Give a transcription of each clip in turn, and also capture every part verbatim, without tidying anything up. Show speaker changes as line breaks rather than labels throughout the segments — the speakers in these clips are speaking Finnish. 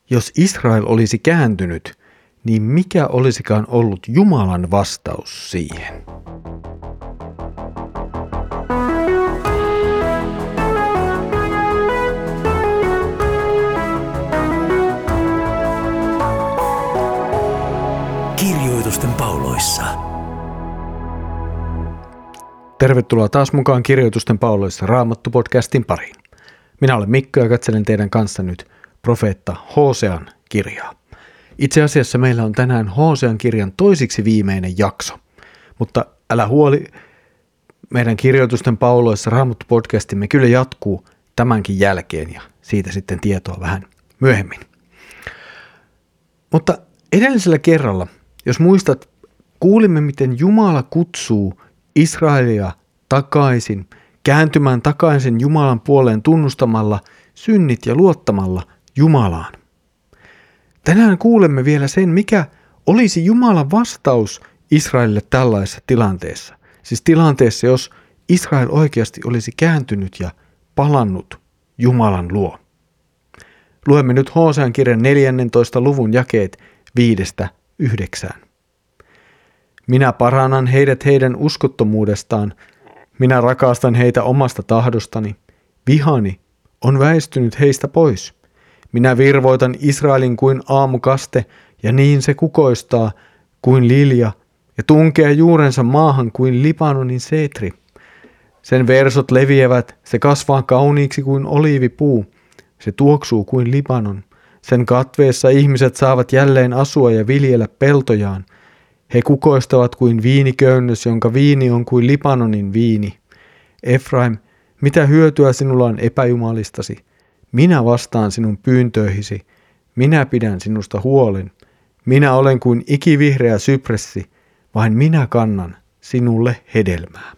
Jos Israel olisi kääntynyt, niin mikä olisikaan ollut Jumalan vastaus siihen?
Kirjoitusten pauloissa.
Tervetuloa taas mukaan Kirjoitusten pauloissa Raamattu-podcastin pariin. Minä olen Mikko ja katselen teidän kanssa nyt profeetta Hosean kirjaa. Itse asiassa meillä on tänään Hosean kirjan toisiksi viimeinen jakso, mutta älä huoli, meidän Kirjoitusten pauloissa Raamattu-podcastimme kyllä jatkuu tämänkin jälkeen ja siitä sitten tietoa vähän myöhemmin. Mutta edellisellä kerralla, jos muistat, kuulimme miten Jumala kutsuu Israelia takaisin, kääntymään takaisin Jumalan puoleen tunnustamalla synnit ja luottamalla Jumalaan. Tänään kuulemme vielä sen, mikä olisi Jumalan vastaus Israelille tällaisessa tilanteessa. Siis tilanteessa, jos Israel oikeasti olisi kääntynyt ja palannut Jumalan luo. Luemme nyt Hosean kirjan neljännentoista luvun jakeet viidestä yhdeksään. Minä parannan heidät heidän uskottomuudestaan, minä rakastan heitä omasta tahdostani, vihani on väistynyt heistä pois. Minä virvoitan Israelin kuin aamukaste, ja niin se kukoistaa kuin lilja, ja tunkee juurensa maahan kuin Libanonin seetri. Sen versot leviävät, se kasvaa kauniiksi kuin oliivipuu, se tuoksuu kuin Libanon. Sen katveessa ihmiset saavat jälleen asua ja viljellä peltojaan. He kukoistavat kuin viiniköynnös, jonka viini on kuin Libanonin viini. Efraim, mitä hyötyä sinulla on epäjumalistasi? Minä vastaan sinun pyyntöihisi. Minä pidän sinusta huolen. Minä olen kuin ikivihreä sypressi. Vain minä kannan sinulle hedelmää.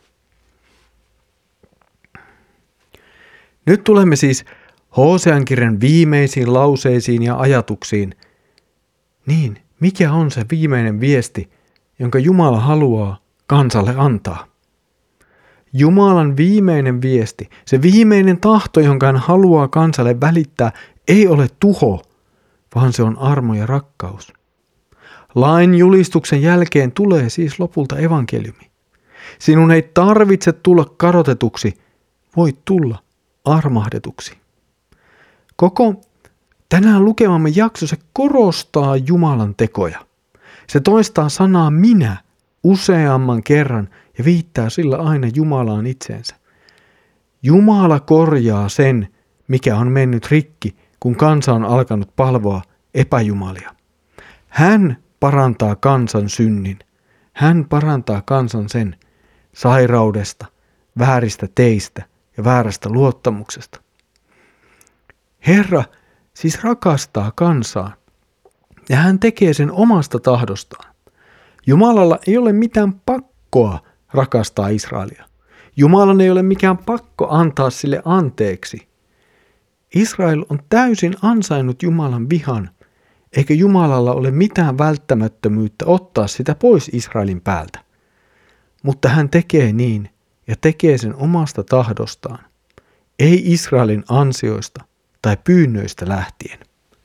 Nyt tulemme siis Hosean kirjan viimeisiin lauseisiin ja ajatuksiin. Niin, mikä on se viimeinen viesti, jonka Jumala haluaa kansalle antaa? Jumalan viimeinen viesti, se viimeinen tahto, jonka hän haluaa kansalle välittää, ei ole tuho, vaan se on armo ja rakkaus. Lain julistuksen jälkeen tulee siis lopulta evankeliumi. Sinun ei tarvitse tulla kadotetuksi, voit tulla armahdetuksi. Koko tänään lukemamme jakso, se korostaa Jumalan tekoja. Se toistaa sanaa minä useamman kerran ja viittaa sillä aina Jumalaan itseensä. Jumala korjaa sen, mikä on mennyt rikki, kun kansa on alkanut palvoa epäjumalia. Hän parantaa kansan synnin. Hän parantaa kansan sen sairaudesta, vääristä teistä ja väärästä luottamuksesta. Herra siis rakastaa kansaa, ja hän tekee sen omasta tahdostaan. Jumalalla ei ole mitään pakkoa rakastaa Israelia. Jumalan ei ole mikään pakko antaa sille anteeksi. Israel on täysin ansainnut Jumalan vihan, eikä Jumalalla ole mitään välttämättömyyttä ottaa sitä pois Israelin päältä. Mutta hän tekee niin ja tekee sen omasta tahdostaan, ei Israelin ansioista tai pyynnöistä lähtien.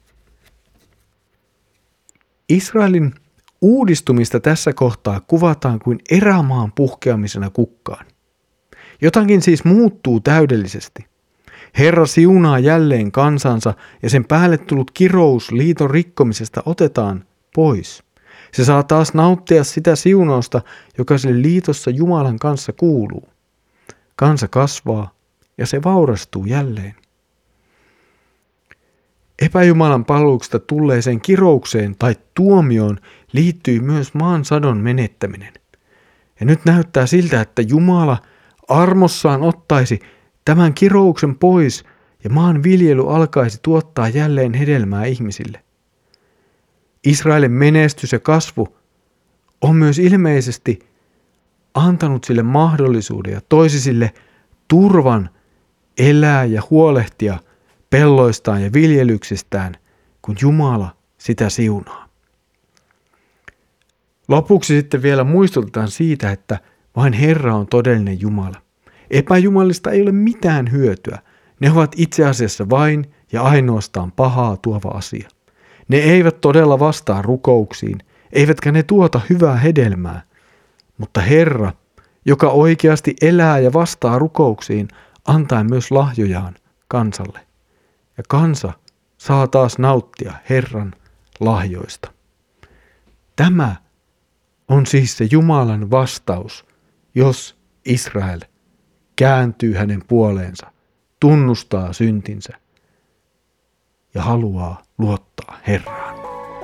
Israelin uudistumista tässä kohtaa kuvataan kuin erämaan puhkeamisena kukkaan. Jotakin siis muuttuu täydellisesti. Herra siunaa jälleen kansansa ja sen päälle tullut kirous liiton rikkomisesta otetaan pois. Se saa taas nauttia sitä siunausta, joka sille liitossa Jumalan kanssa kuuluu. Kansa kasvaa ja se vaurastuu jälleen. Epäjumalan palveluksesta tulleeseen kiroukseen tai tuomioon liittyy myös maan sadon menettäminen. Ja nyt näyttää siltä, että Jumala armossaan ottaisi tämän kirouksen pois ja maan viljely alkaisi tuottaa jälleen hedelmää ihmisille. Israelin menestys ja kasvu on myös ilmeisesti antanut sille mahdollisuuden ja toisi sille turvan elää ja huolehtia pelloistaan ja viljelyksistään, kun Jumala sitä siunaa. Lopuksi sitten vielä muistutetaan siitä, että vain Herra on todellinen Jumala. Epäjumalista ei ole mitään hyötyä. Ne ovat itse asiassa vain ja ainoastaan pahaa tuova asia. Ne eivät todella vastaa rukouksiin, eivätkä ne tuota hyvää hedelmää. Mutta Herra, joka oikeasti elää ja vastaa rukouksiin, antaa myös lahjojaan kansalle. Ja kansa saa taas nauttia Herran lahjoista. Tämä on siis se Jumalan vastaus, jos Israel kääntyy hänen puoleensa, tunnustaa syntinsä ja haluaa luottaa Herraan.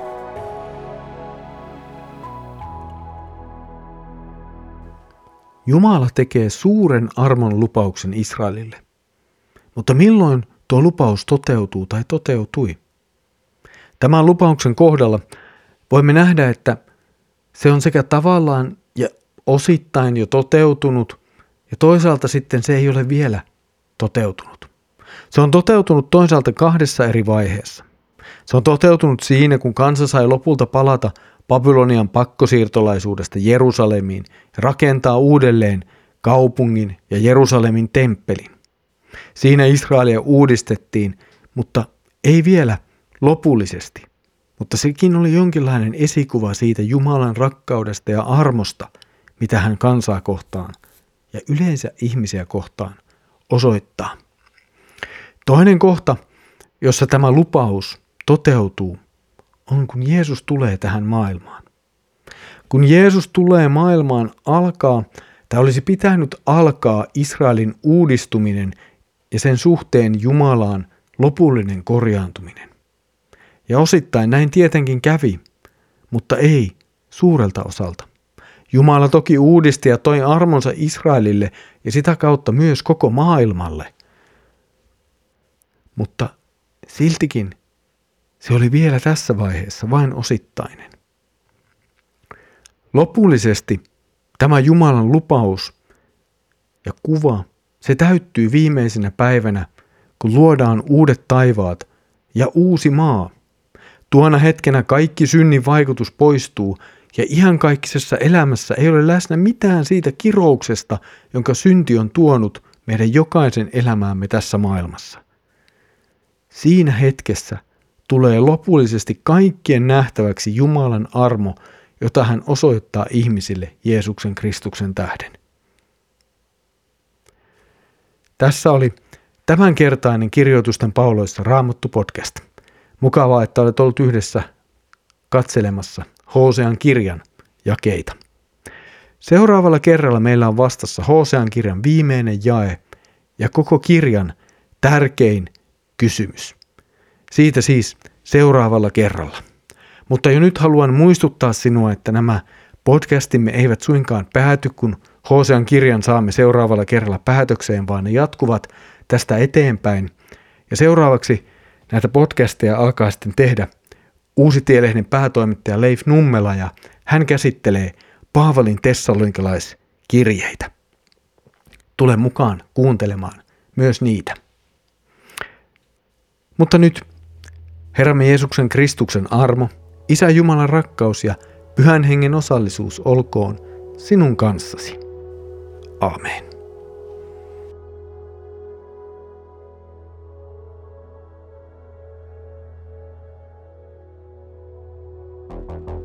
Jumala tekee suuren armon lupauksen Israelille. Mutta milloin tuo lupaus toteutuu tai toteutui? Tämän lupauksen kohdalla voimme nähdä, että se on sekä tavallaan ja osittain jo toteutunut, ja toisaalta sitten se ei ole vielä toteutunut. Se on toteutunut toisaalta kahdessa eri vaiheessa. Se on toteutunut siinä, kun kansa sai lopulta palata Babylonian pakkosiirtolaisuudesta Jerusalemiin ja rakentaa uudelleen kaupungin ja Jerusalemin temppelin. Siinä Israelia uudistettiin, mutta ei vielä lopullisesti. Mutta sekin oli jonkinlainen esikuva siitä Jumalan rakkaudesta ja armosta, mitä hän kansaa kohtaan ja yleensä ihmisiä kohtaan osoittaa. Toinen kohta, jossa tämä lupaus toteutuu, on kun Jeesus tulee tähän maailmaan. Kun Jeesus tulee maailmaan, alkaa, tai olisi pitänyt alkaa Israelin uudistuminen ja sen suhteen Jumalaan lopullinen korjaantuminen. Ja osittain näin tietenkin kävi, mutta ei suurelta osalta. Jumala toki uudisti ja toi armonsa Israelille ja sitä kautta myös koko maailmalle. Mutta siltikin se oli vielä tässä vaiheessa vain osittainen. Lopullisesti tämä Jumalan lupaus ja kuva, se täyttyy viimeisenä päivänä, kun luodaan uudet taivaat ja uusi maa. Tuona hetkenä kaikki synnin vaikutus poistuu ja iankaikkisessa elämässä ei ole läsnä mitään siitä kirouksesta, jonka synti on tuonut meidän jokaisen elämäämme tässä maailmassa. Siinä hetkessä tulee lopullisesti kaikkien nähtäväksi Jumalan armo, jota hän osoittaa ihmisille Jeesuksen Kristuksen tähden. Tässä oli tämänkertainen Kirjoitusten pauloissa Raamattu podcast. Mukavaa, että olet ollut yhdessä katselemassa Hosean kirjan jakeita. Seuraavalla kerralla meillä on vastassa Hosean kirjan viimeinen jae ja koko kirjan tärkein kysymys. Siitä siis seuraavalla kerralla. Mutta jo nyt haluan muistuttaa sinua, että nämä podcastimme eivät suinkaan pääty, kun Hosean kirjan saamme seuraavalla kerralla päätökseen, vaan ne jatkuvat tästä eteenpäin. Ja seuraavaksi näitä podcasteja alkaa sitten tehdä Uusi Tielehden päätoimittaja Leif Nummela, ja hän käsittelee Paavalin tessalonikalaiskirjeitä. Tule mukaan kuuntelemaan myös niitä. Mutta nyt Herramme Jeesuksen Kristuksen armo, Isä Jumalan rakkaus ja Pyhän Hengen osallisuus olkoon sinun kanssasi. Aamen. Thank you.